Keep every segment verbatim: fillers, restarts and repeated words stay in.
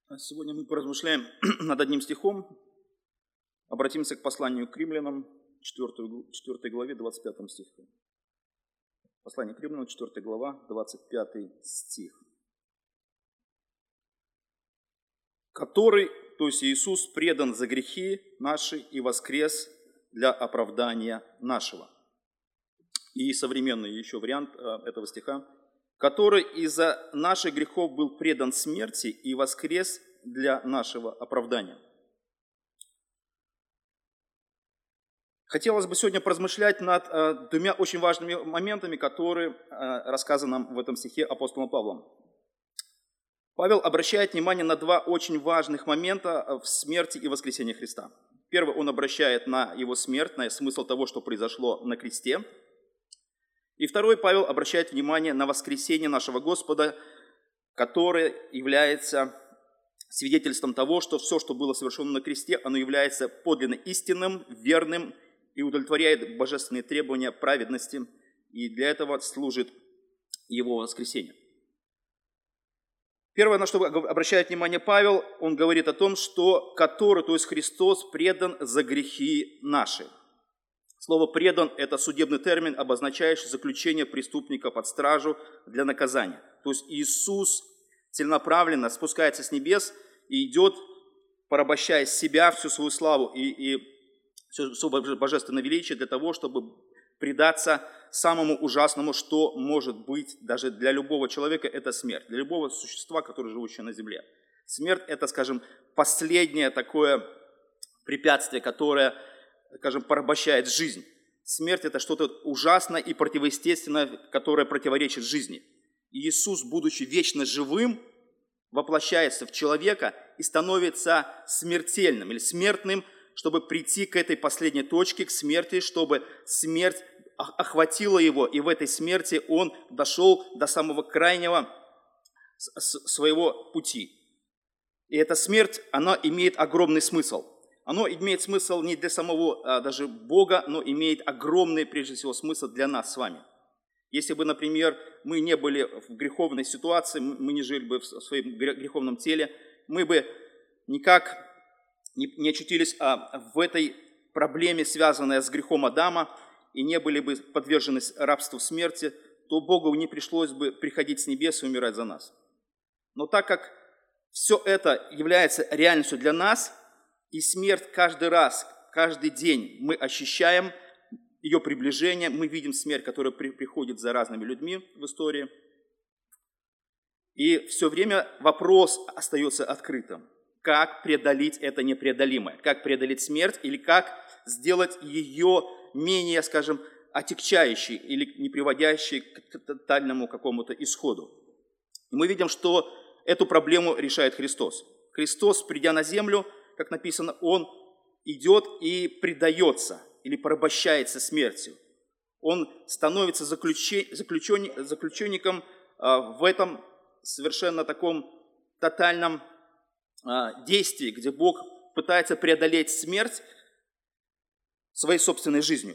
Сегодня мы поразмышляем над одним стихом, обратимся к посланию к римлянам, четвёртой главе, двадцать пятому стиху. Послание к римлянам, четвёртая глава, двадцать пятый стих. Который, то есть Иисус, предан за грехи наши и воскрес для оправдания нашего. И современный еще вариант этого стиха. Который из-за наших грехов был предан смерти и воскрес для нашего оправдания. Хотелось бы сегодня поразмышлять над э, двумя очень важными моментами, которые э, рассказаны нам в этом стихе апостолом Павлом. Павел обращает внимание на два очень важных момента в смерти и воскресении Христа. Первый, он обращает на его смерть, на смысл того, что произошло на кресте. И второй, Павел обращает внимание на воскресение нашего Господа, которое является свидетельством того, что все, что было совершено на кресте, оно является подлинно истинным, верным и удовлетворяет божественные требования праведности, и для этого служит его воскресение. Первое, на что обращает внимание Павел, он говорит о том, что который, то есть Христос, предан за грехи наши. Слово «предан» – это судебный термин, обозначающий заключение преступника под стражу для наказания. То есть Иисус целенаправленно спускается с небес и идет, порабощая себя, всю свою славу и, и все свое божественное величие для того, чтобы предаться самому ужасному, что может быть даже для любого человека – это смерть, для любого существа, которое живущее на земле. Смерть – это, скажем, последнее такое препятствие, которое, скажем, порабощает жизнь. Смерть – это что-то ужасное и противоестественное, которое противоречит жизни. И Иисус, будучи вечно живым, воплощается в человека и становится смертельным или смертным, чтобы прийти к этой последней точке, к смерти, чтобы смерть охватила его, и в этой смерти он дошел до самого крайнего своего пути. И эта смерть, она имеет огромный смысл. Оно имеет смысл не для самого а, даже Бога, но имеет огромный, прежде всего, смысл для нас с вами. Если бы, например, мы не были в греховной ситуации, мы не жили бы в своем греховном теле, мы бы никак не, не очутились а, в этой проблеме, связанной с грехом Адама, и не были бы подвержены рабству смерти, то Богу не пришлось бы приходить с небес и умирать за нас. Но так как все это является реальностью для нас, и смерть каждый раз, каждый день мы ощущаем ее приближение, мы видим смерть, которая при, приходит за разными людьми в истории. И все время вопрос остается открытым. Как преодолеть это непреодолимое? Как преодолеть смерть или как сделать ее менее, скажем, отягчающей или не приводящей к тотальному какому-то исходу? И мы видим, что эту проблему решает Христос. Христос, придя на землю, как написано, Он идет и предается или порабощается смертью. Он становится заключен, заключен, заключенником а, в этом совершенно таком тотальном а, действии, где Бог пытается преодолеть смерть своей собственной жизнью.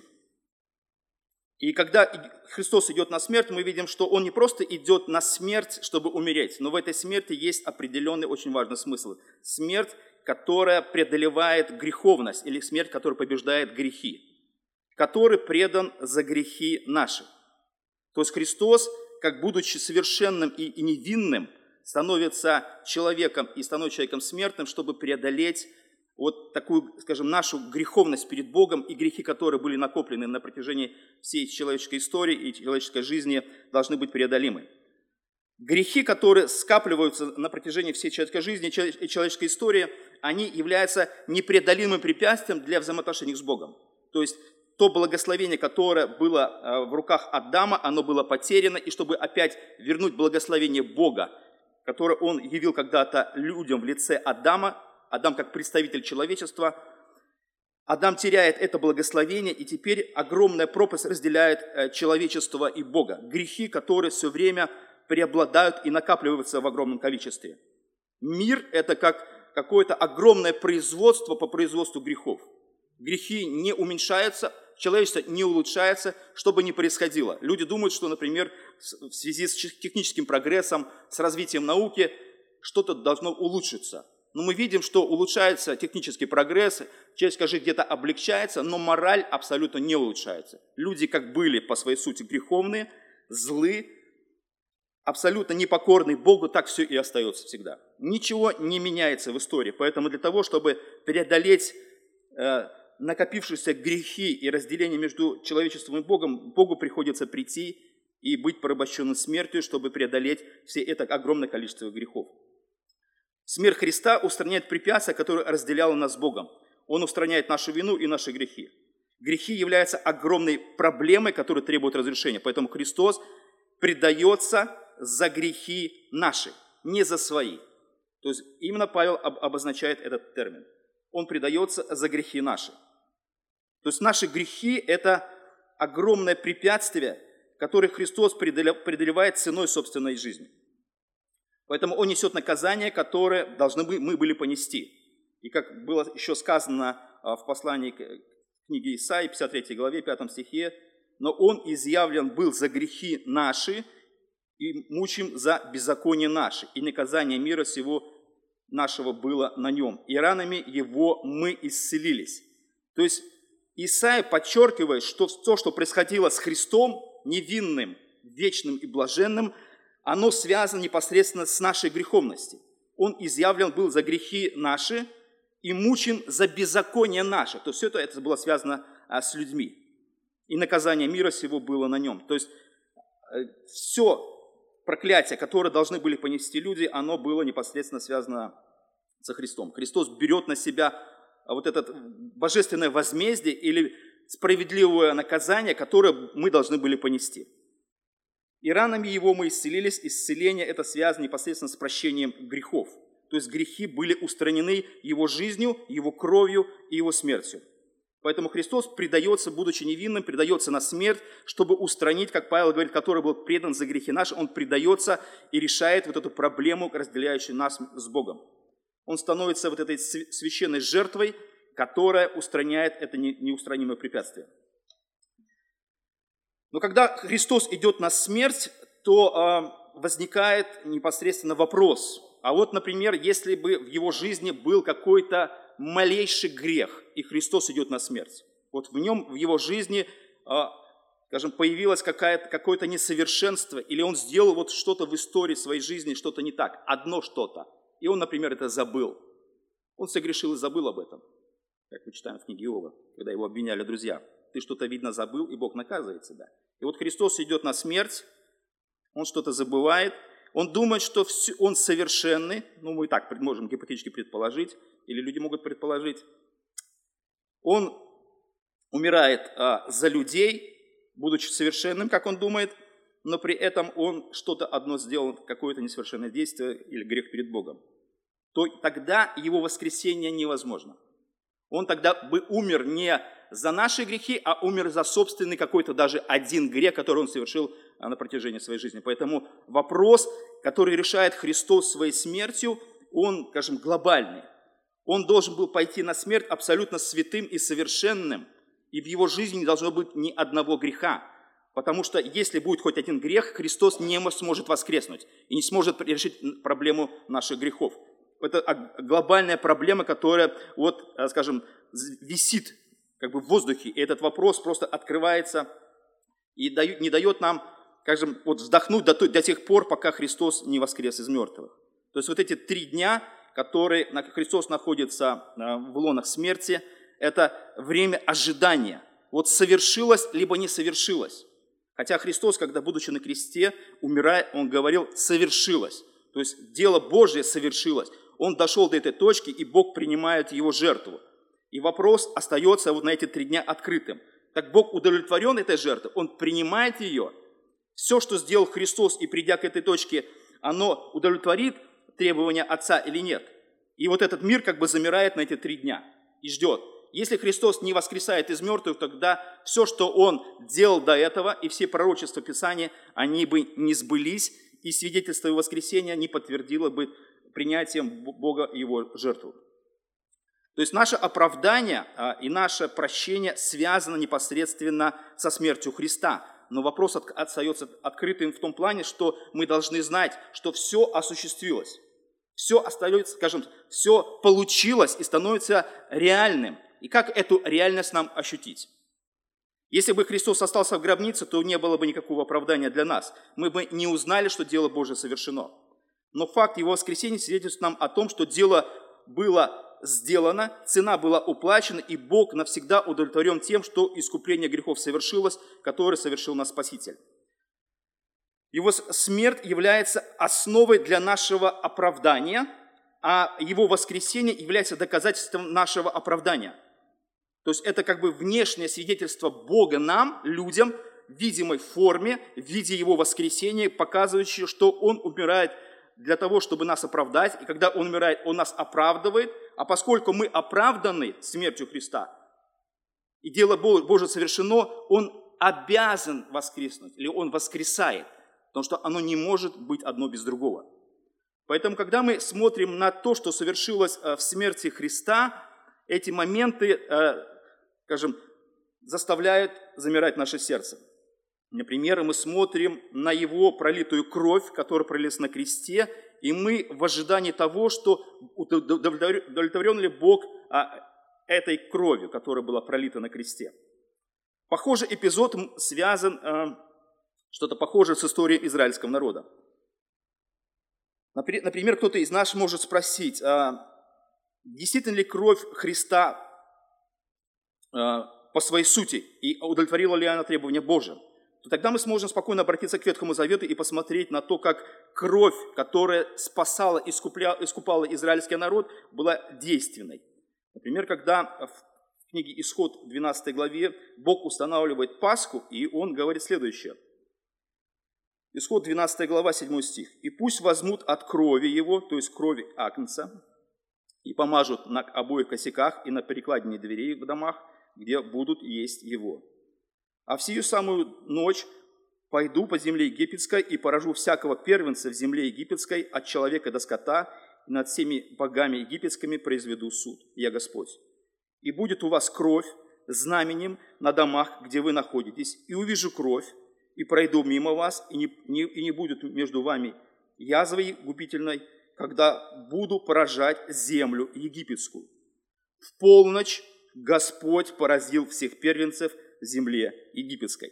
И когда Христос идет на смерть, мы видим, что Он не просто идет на смерть, чтобы умереть, но в этой смерти есть определенный очень важный смысл. Смерть, которая преодолевает греховность, или смерть, которая побеждает грехи, который предан за грехи наши. То есть Христос, как будучи совершенным и, и невинным, становится человеком и становится человеком смертным, чтобы преодолеть вот такую, скажем, нашу греховность перед Богом, и грехи, которые были накоплены на протяжении всей человеческой истории и человеческой жизни, должны быть преодолимы. Грехи, которые скапливаются на протяжении всей человеческой жизни и человеческой истории, они являются непреодолимым препятствием для взаимоотношений с Богом. То есть то благословение, которое было в руках Адама, оно было потеряно, и чтобы опять вернуть благословение Бога, которое Он явил когда-то людям в лице Адама, Адам как представитель человечества, Адам теряет это благословение, и теперь огромная пропасть разделяет человечество и Бога. Грехи, которые все время преобладают и накапливаются в огромном количестве. Мир – это как какое-то огромное производство по производству грехов. Грехи не уменьшаются, человечество не улучшается, что бы ни происходило. Люди думают, что, например, в связи с техническим прогрессом, с развитием науки, что-то должно улучшиться. Но мы видим, что улучшается технический прогресс, человеческая жизнь где-то облегчается, но мораль абсолютно не улучшается. Люди, как были по своей сути греховные, злы, абсолютно непокорные Богу, так все и остается всегда. Ничего не меняется в истории. Поэтому для того, чтобы преодолеть э, накопившиеся грехи и разделение между человечеством и Богом, Богу приходится прийти и быть порабощенным смертью, чтобы преодолеть все это огромное количество грехов. Смерть Христа устраняет препятствия, которые разделяло нас с Богом. Он устраняет нашу вину и наши грехи. Грехи являются огромной проблемой, которая требует разрешения. Поэтому Христос предается за грехи наши, не за свои. То есть именно Павел обозначает этот термин. Он предается за грехи наши. То есть наши грехи – это огромное препятствие, которое Христос преодолевает ценой собственной жизни. Поэтому Он несет наказание, которое должны мы были понести. И как было еще сказано в послании к книге Исаии, пятьдесят третьей главе, пятом стихе, «Но Он изъявлен был за грехи наши, и мучим за беззаконие наше, и наказание мира сего нашего было на Нем, и ранами Его мы исцелились». То есть Исаия подчеркивает, что то, что происходило с Христом, невинным, вечным и блаженным, оно связано непосредственно с нашей греховностью. Он изъявлен был за грехи наши и мучен за беззаконие наше. То есть все это, это было связано а, с людьми. И наказание мира сего было на Нем. То есть э, все проклятие, которое должны были понести люди, оно было непосредственно связано со Христом. Христос берет на себя вот это божественное возмездие или справедливое наказание, которое мы должны были понести. И ранами Его мы исцелились. Исцеление это связано непосредственно с прощением грехов. То есть грехи были устранены Его жизнью, Его кровью и Его смертью. Поэтому Христос предается, будучи невинным, предается на смерть, чтобы устранить, как Павел говорит, который был предан за грехи наши, Он предается и решает вот эту проблему, разделяющую нас с Богом. Он становится вот этой священной жертвой, которая устраняет это неустранимое препятствие. Но когда Христос идет на смерть, то э, возникает непосредственно вопрос. А вот, например, если бы в его жизни был какой-то малейший грех, и Христос идет на смерть. Вот в нем, в его жизни, э, скажем, появилось какое-то, какое-то несовершенство, или он сделал вот что-то в истории своей жизни, что-то не так, одно что-то. И он, например, это забыл. Он согрешил и забыл об этом. Как мы читаем в книге Иова, когда его обвиняли друзья. Ты что-то, видно, забыл, и Бог наказывает тебя. И вот Христос идет на смерть, Он что-то забывает, Он думает, что все, Он совершенный, ну мы и так можем гипотетически предположить, или люди могут предположить. Он умирает а, за людей, будучи совершенным, как он думает, но при этом он что-то одно сделал, какое-то несовершенное действие или грех перед Богом. То тогда его воскресение невозможно. Он тогда бы умер не за наши грехи, а умер за собственный какой-то даже один грех, который он совершил на протяжении своей жизни. Поэтому вопрос, который решает Христос своей смертью, он, скажем, глобальный. Он должен был пойти на смерть абсолютно святым и совершенным, и в его жизни не должно быть ни одного греха. Потому что если будет хоть один грех, Христос не сможет воскреснуть и не сможет решить проблему наших грехов. Это глобальная проблема, которая, вот, скажем, висит как бы в воздухе. И этот вопрос просто открывается и дает, не дает нам, скажем, вот вздохнуть до, до тех пор, пока Христос не воскрес из мертвых. То есть вот эти три дня, которые Христос находится в лонах смерти, это время ожидания. Вот совершилось, либо не совершилось. Хотя Христос, когда, будучи на кресте, умирая, Он говорил «совершилось». То есть дело Божье совершилось. Он дошел до этой точки, и Бог принимает его жертву. И вопрос остается вот на эти три дня открытым. Так Бог удовлетворен этой жертвой, Он принимает ее. Все, что сделал Христос, и придя к этой точке, оно удовлетворит требования Отца или нет. И вот этот мир как бы замирает на эти три дня и ждет. Если Христос не воскресает из мертвых, тогда все, что Он делал до этого, и все пророчества Писания, они бы не сбылись, и свидетельство Его воскресения не подтвердило бы принятием Бога Его жертву. То есть наше оправдание а, и наше прощение связано непосредственно со смертью Христа. Но вопрос от, остается открытым в том плане, что мы должны знать, что все осуществилось. Все остается, скажем, все получилось и становится реальным. И как эту реальность нам ощутить? Если бы Христос остался в гробнице, то не было бы никакого оправдания для нас. Мы бы не узнали, что дело Божие совершено. Но факт Его воскресения свидетельствует нам о том, что дело было сделано, цена была уплачена, и Бог навсегда удовлетворен тем, что искупление грехов совершилось, которое совершил наш Спаситель. Его смерть является основой для нашего оправдания, а Его воскресение является доказательством нашего оправдания. То есть это как бы внешнее свидетельство Бога нам, людям, в видимой форме, в виде Его воскресения, показывающее, что Он умирает для того, чтобы нас оправдать. И когда Он умирает, Он нас оправдывает. А поскольку мы оправданы смертью Христа, и дело Божие совершено, Он обязан воскреснуть, или Он воскресает. Потому что оно не может быть одно без другого. Поэтому, когда мы смотрим на то, что совершилось в смерти Христа, эти моменты, скажем, заставляют замирать наше сердце. Например, мы смотрим на Его пролитую кровь, которая пролилась на кресте, и мы в ожидании того, что удовлетворен ли Бог этой кровью, которая была пролита на кресте. Похожий эпизод связан... Что-то похожее с историей израильского народа. Например, кто-то из нас может спросить, а действительно ли кровь Христа а, по своей сути и удовлетворила ли она требования Божие? То тогда мы сможем спокойно обратиться к Ветхому Завету и посмотреть на то, как кровь, которая спасала, искупляла, искупала израильский народ, была действенной. Например, когда в книге Исход, в двенадцатой главе, Бог устанавливает Пасху, и Он говорит следующее. Исход двенадцатая глава, седьмой стих. «И пусть возьмут от крови его, то есть крови агнца, и помажут на обоих косяках и на перекладине дверей в домах, где будут есть его. А в сию самую ночь пойду по земле египетской и поражу всякого первенца в земле египетской от человека до скота, и над всеми богами египетскими произведу суд. Я Господь. И будет у вас кровь знаменем на домах, где вы находитесь, и увижу кровь, и пройду мимо вас, и не, не, и не будет между вами язвой губительной, когда буду поражать землю египетскую. В полночь Господь поразил всех первенцев в земле египетской».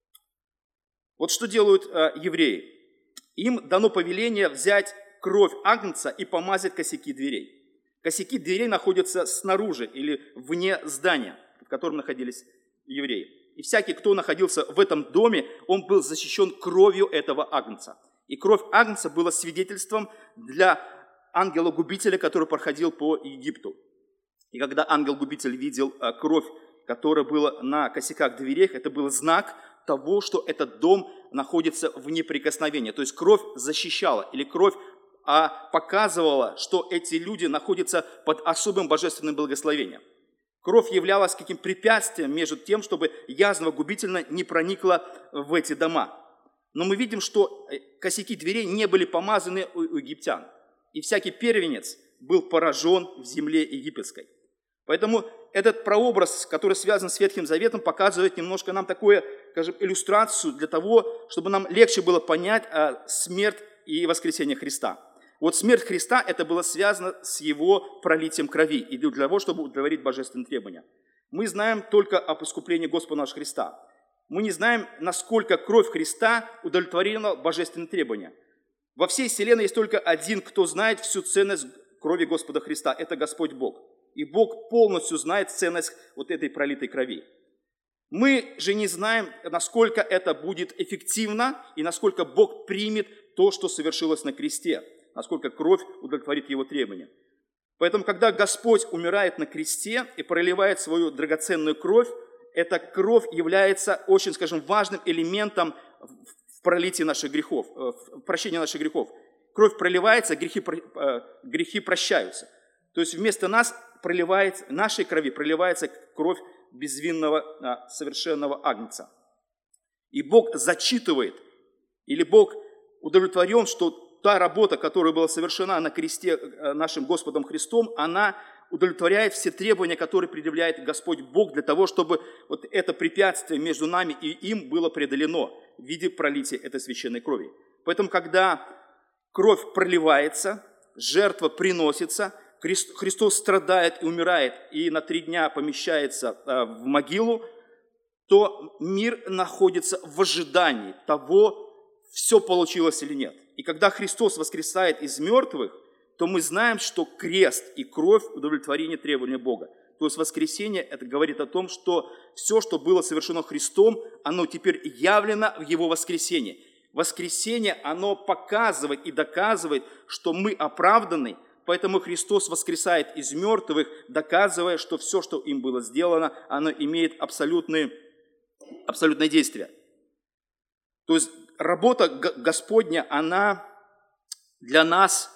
Вот что делают э, евреи. Им дано повеление взять кровь агнца и помазать косяки дверей. Косяки дверей находятся снаружи или вне здания, в котором находились евреи. И всякий, кто находился в этом доме, он был защищен кровью этого агнца. И кровь агнца была свидетельством для ангела-губителя, который проходил по Египту. И когда ангел-губитель видел кровь, которая была на косяках дверей, это был знак того, что этот дом находится в неприкосновении. То есть кровь защищала, или кровь показывала, что эти люди находятся под особым божественным благословением. Кровь являлась каким препятствием между тем, чтобы язва губительно не проникла в эти дома. Но мы видим, что косяки дверей не были помазаны у египтян. И всякий первенец был поражен в земле египетской. Поэтому этот прообраз, который связан с Ветхим Заветом, показывает немножко нам такую, скажем, иллюстрацию для того, чтобы нам легче было понять смерть и воскресение Христа. Вот смерть Христа, это было связано с Его пролитием крови, и для того, чтобы удовлетворить божественные требования. Мы знаем только об искуплении Господа нашего Христа. Мы не знаем, насколько кровь Христа удовлетворила божественные требования. Во всей вселенной есть только один, кто знает всю ценность крови Господа Христа. Это Господь Бог. И Бог полностью знает ценность вот этой пролитой крови. Мы же не знаем, насколько это будет эффективно и насколько Бог примет то, что совершилось на кресте. Насколько кровь удовлетворит Его требования. Поэтому, когда Господь умирает на кресте и проливает свою драгоценную кровь, эта кровь является очень, скажем, важным элементом в пролитии наших грехов, в прощении наших грехов. Кровь проливается, грехи, грехи прощаются. То есть вместо нас проливается, нашей крови проливается кровь безвинного, совершенного агнца. И Бог зачитывает, или Бог удовлетворен, что та работа, которая была совершена на кресте нашим Господом Христом, она удовлетворяет все требования, которые предъявляет Господь Бог для того, чтобы вот это препятствие между нами и им было преодолено в виде пролития этой священной крови. Поэтому, когда кровь проливается, жертва приносится, Христос страдает и умирает, и на три дня помещается в могилу, то мир находится в ожидании того, все получилось или нет. И когда Христос воскресает из мертвых, то мы знаем, что крест и кровь – удовлетворение требования Бога. То есть воскресение – это говорит о том, что все, что было совершено Христом, оно теперь явлено в Его воскресении. Воскресение, оно показывает и доказывает, что мы оправданы, поэтому Христос воскресает из мертвых, доказывая, что все, что им было сделано, оно имеет абсолютное, абсолютное действие. То есть работа Господня, она для нас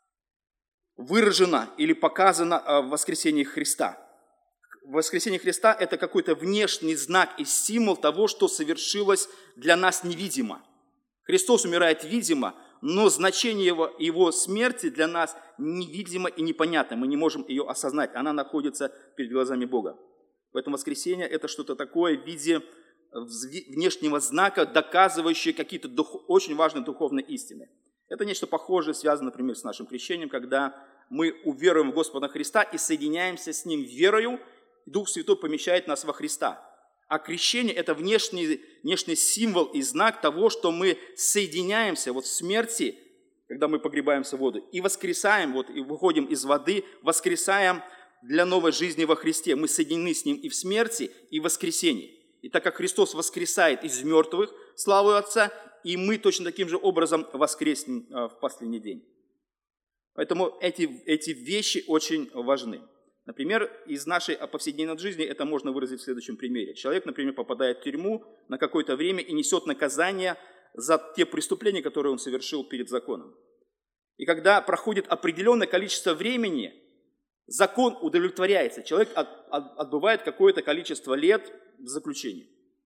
выражена или показана в воскресении Христа. Воскресение Христа – это какой-то внешний знак и символ того, что совершилось для нас невидимо. Христос умирает видимо, но значение его, его смерти для нас невидимо и непонятно. Мы не можем ее осознать. Она находится перед глазами Бога. Поэтому воскресение – это что-то такое в виде внешнего знака, доказывающее какие-то дух, очень важные духовные истины. Это нечто похожее, связано, например, с нашим крещением, когда мы уверуем в Господа Христа и соединяемся с Ним верою, и Дух Святой помещает нас во Христа. А крещение – это внешний, внешний символ и знак того, что мы соединяемся вот в смерти, когда мы погребаемся в воду, и воскресаем, вот, и выходим из воды, воскресаем для новой жизни во Христе. Мы соединены с Ним и в смерти, и в воскресении. И так как Христос воскресает из мертвых, славу Отца, и мы точно таким же образом воскреснем в последний день. Поэтому эти, эти вещи очень важны. Например, из нашей повседневной жизни это можно выразить в следующем примере. Человек, например, попадает в тюрьму на какое-то время и несет наказание за те преступления, которые он совершил перед законом. И когда проходит определенное количество времени, закон удовлетворяется. Человек от, от, отбывает какое-то количество лет в заключении.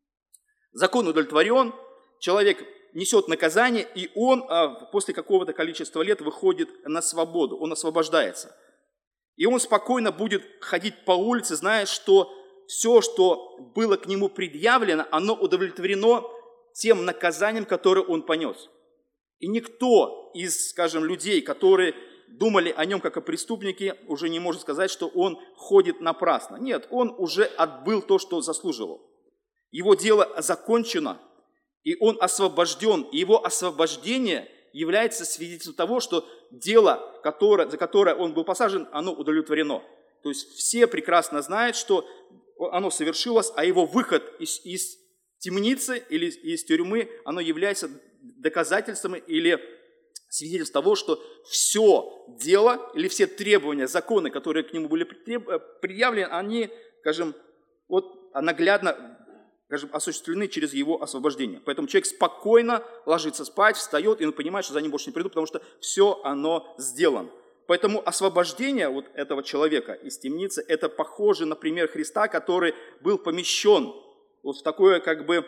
Закон удовлетворен, человек несет наказание, и он а, после какого-то количества лет выходит на свободу, он освобождается. И он спокойно будет ходить по улице, зная, что все, что было к нему предъявлено, оно удовлетворено тем наказанием, которое он понес. И никто из, скажем, людей, которые думали о нем как о преступнике, уже не может сказать, что он ходит напрасно. Нет, он уже отбыл то, что заслуживал. Его дело закончено, и он освобожден. И его освобождение является свидетельством того, что дело, которое, за которое он был посажен, оно удовлетворено. То есть все прекрасно знают, что оно совершилось, а его выход из, из темницы или из тюрьмы, оно является доказательством или свидетельством того, что все дело или все требования, законы, которые к нему были предъявлены, они, скажем, вот наглядно, скажем, осуществлены через его освобождение. Поэтому человек спокойно ложится спать, встает, и он понимает, что за ним больше не придут, потому что все оно сделано. Поэтому освобождение вот этого человека из темницы, это похоже на пример Христа, который был помещен вот в такое как бы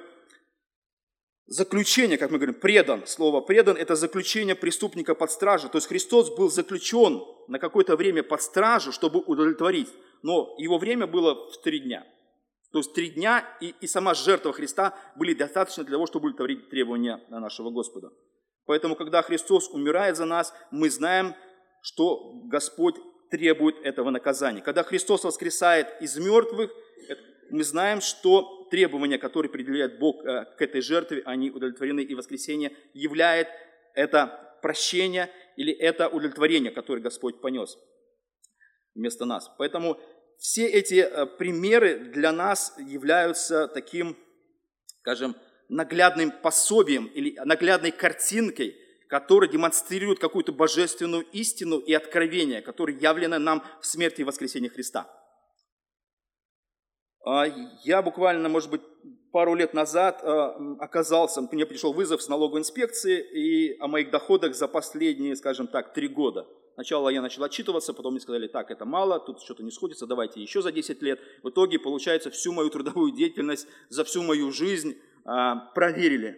заключение, как мы говорим, предан. Слово предан – это заключение преступника под стражу. То есть Христос был заключен на какое-то время под стражу, чтобы удовлетворить. Но его время было в три дня. То есть три дня и, и сама жертва Христа были достаточно для того, чтобы удовлетворить требования нашего Господа. Поэтому, когда Христос умирает за нас, мы знаем, что Господь требует этого наказания. Когда Христос воскресает из мертвых, мы знаем, что требования, которые предъявляет Бог к этой жертве, они удовлетворены, и воскресение являет это прощение или это удовлетворение, которое Господь понес вместо нас. Поэтому все эти примеры для нас являются таким, скажем, наглядным пособием или наглядной картинкой, которая демонстрирует какую-то божественную истину и откровение, которое явлено нам в смерти и воскресении Христа. Я буквально, может быть, пару лет назад оказался, мне пришел вызов с налоговой инспекции и о моих доходах за последние, скажем так, три года. Сначала я начал отчитываться, потом мне сказали, так, это мало, тут что-то не сходится, давайте еще за десять лет. В итоге, получается, всю мою трудовую деятельность за всю мою жизнь а, проверили.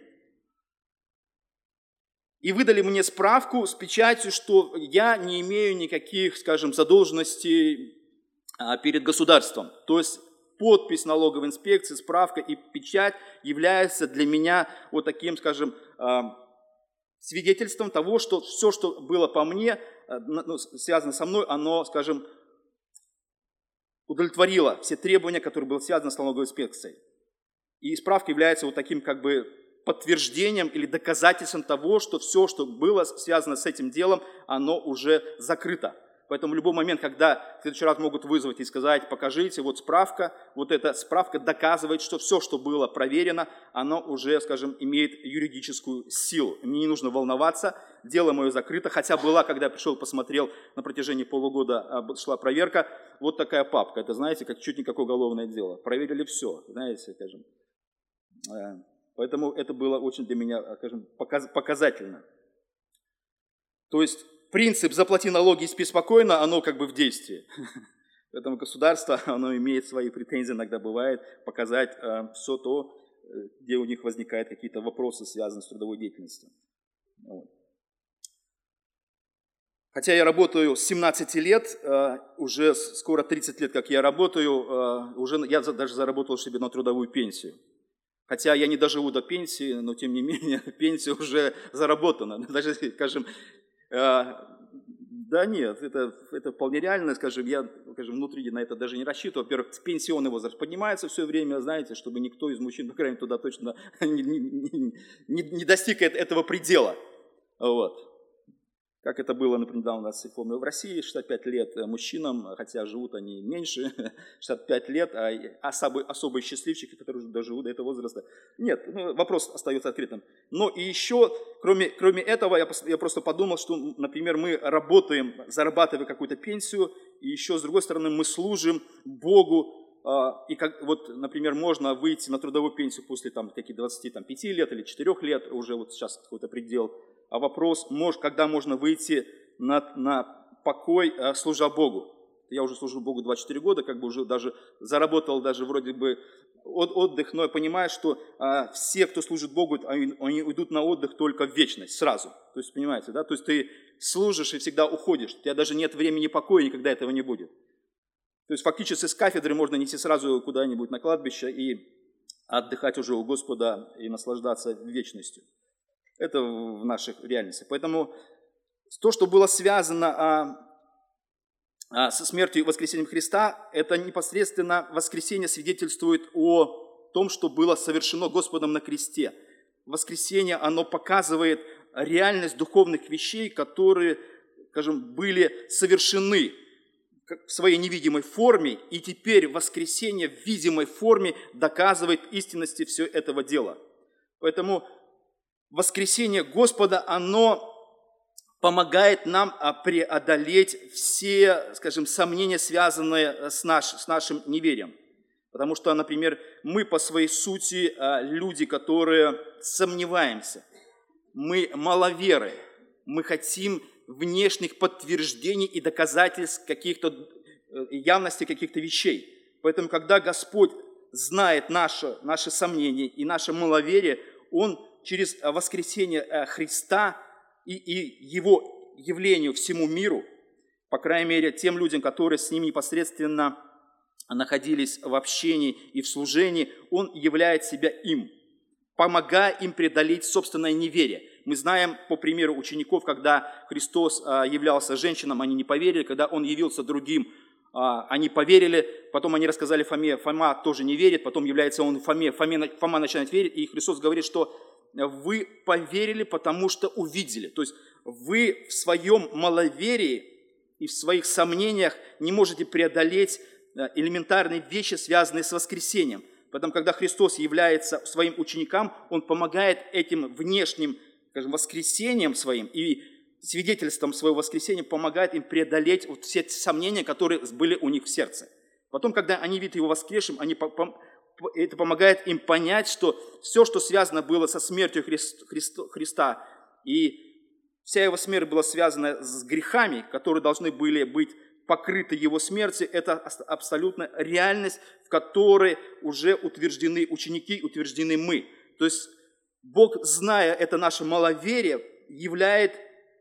И выдали мне справку с печатью, что я не имею никаких, скажем, задолженностей а, перед государством. То есть подпись налоговой инспекции, справка и печать являются для меня вот таким, скажем, а, свидетельством того, что все, что было по мне, ну, связано со мной, оно, скажем, удовлетворило все требования, которые были связаны с налоговой инспекцией. И справка является вот таким как бы подтверждением или доказательством того, что все, что было связано с этим делом, оно уже закрыто. Поэтому в любой момент, когда в следующий раз могут вызвать и сказать, покажите, вот справка, вот эта справка доказывает, что все, что было проверено, оно уже, скажем, имеет юридическую силу. Мне не нужно волноваться, дело мое закрыто. Хотя была, когда я пришел, посмотрел, на протяжении полугода шла проверка, вот такая папка. Это, знаете, как чуть не как уголовное дело. Проверили все, знаете, скажем. Поэтому это было очень для меня, скажем, показательно. То есть принцип «заплати налоги и спи спокойно», оно как бы в действии. Поэтому государство, оно имеет свои претензии, иногда бывает, показать э, все то, где у них возникают какие-то вопросы, связанные с трудовой деятельностью. Вот. Хотя я работаю с семнадцати лет, э, уже скоро тридцать лет, как я работаю, э, уже я даже заработал себе на трудовую пенсию. Хотя я не доживу до пенсии, но тем не менее пенсия уже заработана. Даже, скажем, да нет, это, это вполне реально, скажем, я скажем, внутренне на это даже не рассчитываю. Во-первых, пенсионный возраст поднимается все время, знаете, чтобы никто из мужчин, по крайней мере, туда точно не, не, не, не достиг этого предела. Вот. Как это было, например, у нас, я помню, в России шестьдесят пять лет мужчинам, хотя живут они меньше, шестьдесят пять лет, а особые, особые счастливчики, которые уже доживут до этого возраста. Нет, ну, вопрос остается открытым. Но и еще, кроме, кроме этого, я, я просто подумал, что, например, мы работаем, зарабатывая какую-то пенсию, и еще, с другой стороны, мы служим Богу. И, как, вот, например, можно выйти на трудовую пенсию после там, двадцати пяти лет или четырёх лет, уже вот сейчас какой-то предел. А вопрос, может, когда можно выйти на, на покой, служа Богу. Я уже служу Богу двадцать четыре года, как бы уже даже заработал даже вроде бы отдых, но я понимаю, что а, все, кто служит Богу, они, они уйдут на отдых только в вечность, сразу. То есть, понимаете, да? То есть ты служишь и всегда уходишь. У тебя даже нет времени покоя, никогда этого не будет. То есть фактически с кафедры можно нести сразу куда-нибудь на кладбище и отдыхать уже у Господа и наслаждаться вечностью. Это в наших реальностях. Поэтому то, что было связано а, а, со смертью и воскресением Христа, это непосредственно воскресение свидетельствует о том, что было совершено Господом на кресте. Воскресение, оно показывает реальность духовных вещей, которые, скажем, были совершены в своей невидимой форме, и теперь воскресение в видимой форме доказывает истинности всего этого дела. Поэтому воскресение Господа, оно помогает нам преодолеть все, скажем, сомнения, связанные с, наш, с нашим неверием. Потому что, например, мы по своей сути люди, которые сомневаемся, мы маловеры, мы хотим внешних подтверждений и доказательств каких-то явности каких-то вещей. Поэтому, когда Господь знает наше, наши сомнения и наше маловерие, Он через воскресение Христа и, и Его явлению всему миру, по крайней мере, тем людям, которые с Ним непосредственно находились в общении и в служении, Он являет себя им, помогая им преодолеть собственное неверие. Мы знаем по примеру учеников, когда Христос являлся женщинам, они не поверили, когда Он явился другим, они поверили, потом они рассказали Фоме, Фома тоже не верит, потом является он Фоме, Фоме, Фома начинает верить, и Христос говорит, что вы поверили, потому что увидели. То есть вы в своем маловерии и в своих сомнениях не можете преодолеть элементарные вещи, связанные с воскресением. Поэтому, когда Христос является своим ученикам, Он помогает этим внешним, скажем, воскресением своим и свидетельством своего воскресения, помогает им преодолеть вот все сомнения, которые были у них в сердце. Потом, когда они видят Его воскресшим, они, это помогает им понять, что все, что связано было со смертью Христа, и вся Его смерть была связана с грехами, которые должны были быть покрыты Его смертью, это абсолютно реальность, в которой уже утверждены ученики, утверждены мы. То есть Бог, зная это наше маловерие, являет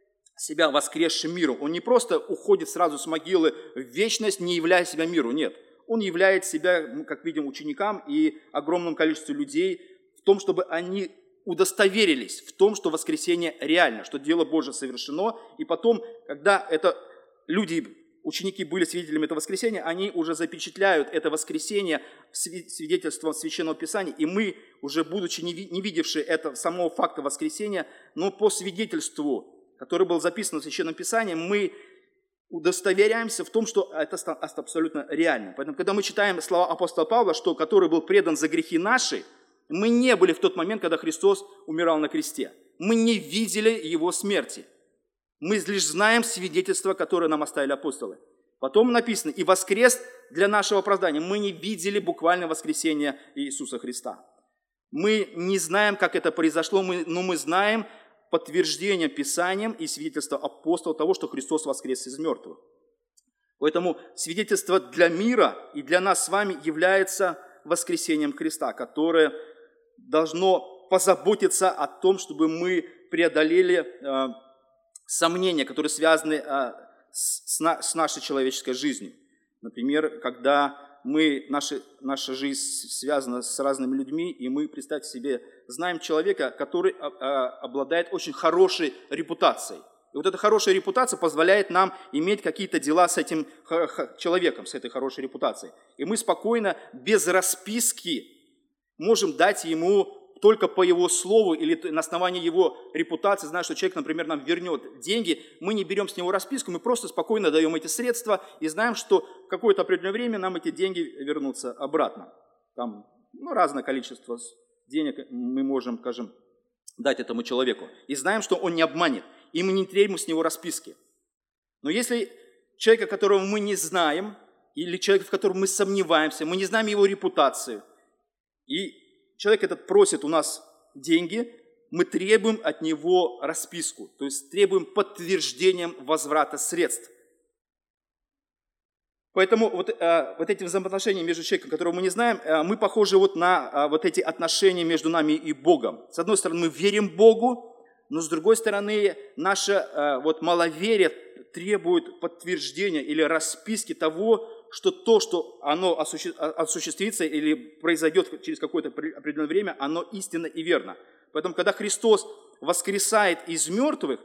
себя воскресшим миру. Он не просто уходит сразу с могилы в вечность, не являя себя миру, нет. Он являет себя, как видим, ученикам и огромному количеству людей в том, чтобы они удостоверились в том, что воскресение реально, что дело Божие совершено. И потом, когда это люди, ученики были свидетелями этого воскресения, они уже запечатляют это воскресение свидетельством Священного Писания. И мы, уже будучи не видевшие это, самого факта воскресения, но по свидетельству, который был записан в Священном Писании, мы удостоверяемся в том, что это абсолютно реально. Поэтому, когда мы читаем слова апостола Павла, что который был предан за грехи наши, мы не были в тот момент, когда Христос умирал на кресте. Мы не видели Его смерти. Мы лишь знаем свидетельства, которые нам оставили апостолы. Потом написано, и воскрес для нашего оправдания. Мы не видели буквально воскресения Иисуса Христа. Мы не знаем, как это произошло, но мы знаем подтверждение Писанием и свидетельство апостола того, что Христос воскрес из мертвых. Поэтому свидетельство для мира и для нас с вами является воскресением Христа, которое должно позаботиться о том, чтобы мы преодолели э, сомнения, которые связаны э, с, с нашей человеческой жизнью. Например, когда мы, наша, наша жизнь связана с разными людьми, и мы, представьте себе, знаем человека, который э, обладает очень хорошей репутацией. И вот эта хорошая репутация позволяет нам иметь какие-то дела с этим человеком, с этой хорошей репутацией. И мы спокойно, без расписки, можем дать ему только по его слову или на основании его репутации, зная, что человек, например, нам вернет деньги, мы не берем с него расписку, мы просто спокойно даем эти средства и знаем, что в какое-то определенное время нам эти деньги вернутся обратно. Там ну, разное количество денег мы можем, скажем, дать этому человеку. И знаем, что он не обманет, и мы не требуем с него расписки. Но если человека, которого мы не знаем, или человека, в котором мы сомневаемся, мы не знаем его репутацию, и человек этот просит у нас деньги, мы требуем от него расписку, то есть требуем подтверждением возврата средств. Поэтому вот, э, вот эти взаимоотношения между человеком, которого мы не знаем, э, мы похожи вот на э, вот эти отношения между нами и Богом. С одной стороны, мы верим Богу, но с другой стороны, наше э, вот маловерие требует подтверждения или расписки того, что то, что оно осуществится или произойдет через какое-то определенное время, оно истинно и верно. Поэтому, когда Христос воскресает из мертвых,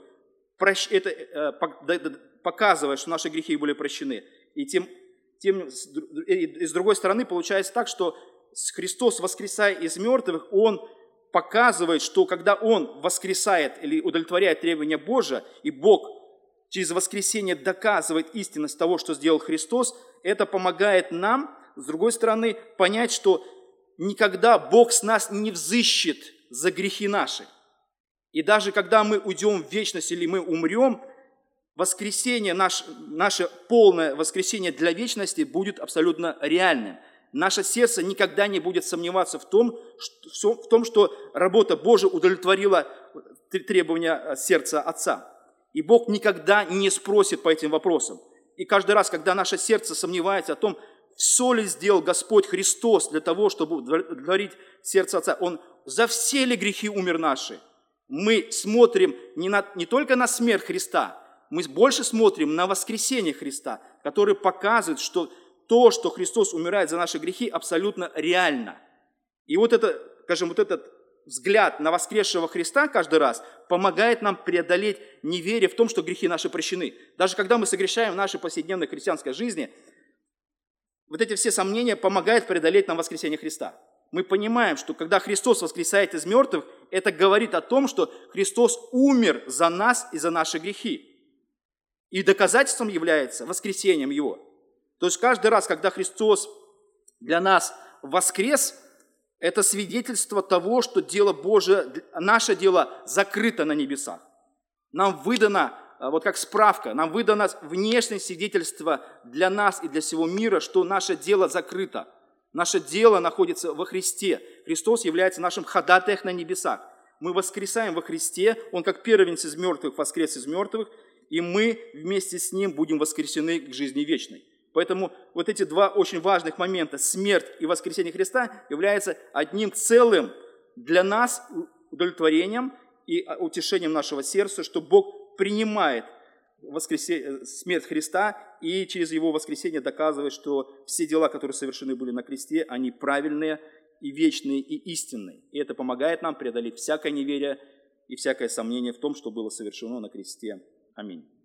это показывает, что наши грехи были прощены. И, тем, тем, и с другой стороны, получается так, что Христос, воскресая из мертвых, Он показывает, что когда Он воскресает или удовлетворяет требования Божия, и Бог через воскресение доказывает истинность того, что сделал Христос, это помогает нам, с другой стороны, понять, что никогда Бог с нас не взыщет за грехи наши. И даже когда мы уйдем в вечность или мы умрем, воскресение, наш, наше полное воскресение для вечности будет абсолютно реальным. Наше сердце никогда не будет сомневаться в том, что, в том, что работа Божия удовлетворила требования сердца Отца. И Бог никогда не спросит по этим вопросам. И каждый раз, когда наше сердце сомневается о том, все ли сделал Господь Христос для того, чтобы удовлетворить сердце Отца, Он за все ли грехи умер наши, мы смотрим не, на, не только на смерть Христа, мы больше смотрим на воскресение Христа, который показывает, что то, что Христос умирает за наши грехи, абсолютно реально. И вот это, скажем, вот этот взгляд на воскресшего Христа каждый раз помогает нам преодолеть неверие в том, что грехи наши прощены. Даже когда мы согрешаем в нашей повседневной христианской жизни, вот эти все сомнения помогают преодолеть нам воскресение Христа. Мы понимаем, что когда Христос воскресает из мертвых, это говорит о том, что Христос умер за нас и за наши грехи. И доказательством является воскресением Его. То есть каждый раз, когда Христос для нас воскрес, это свидетельство того, что дело Божие, наше дело закрыто на небесах. Нам выдано, вот как справка, нам выдано внешнее свидетельство для нас и для всего мира, что наше дело закрыто. Наше дело находится во Христе. Христос является нашим ходатаем на небесах. Мы воскресаем во Христе, Он как первенец из мертвых воскрес из мертвых, и мы вместе с Ним будем воскресены к жизни вечной. Поэтому вот эти два очень важных момента, смерть и воскресение Христа, являются одним целым для нас удовлетворением и утешением нашего сердца, что Бог принимает воскресение, смерть Христа и через Его воскресение доказывает, что все дела, которые совершены были на кресте, они правильные и вечный, и истинный. И это помогает нам преодолеть всякое неверие и всякое сомнение в том, что было совершено на кресте. Аминь.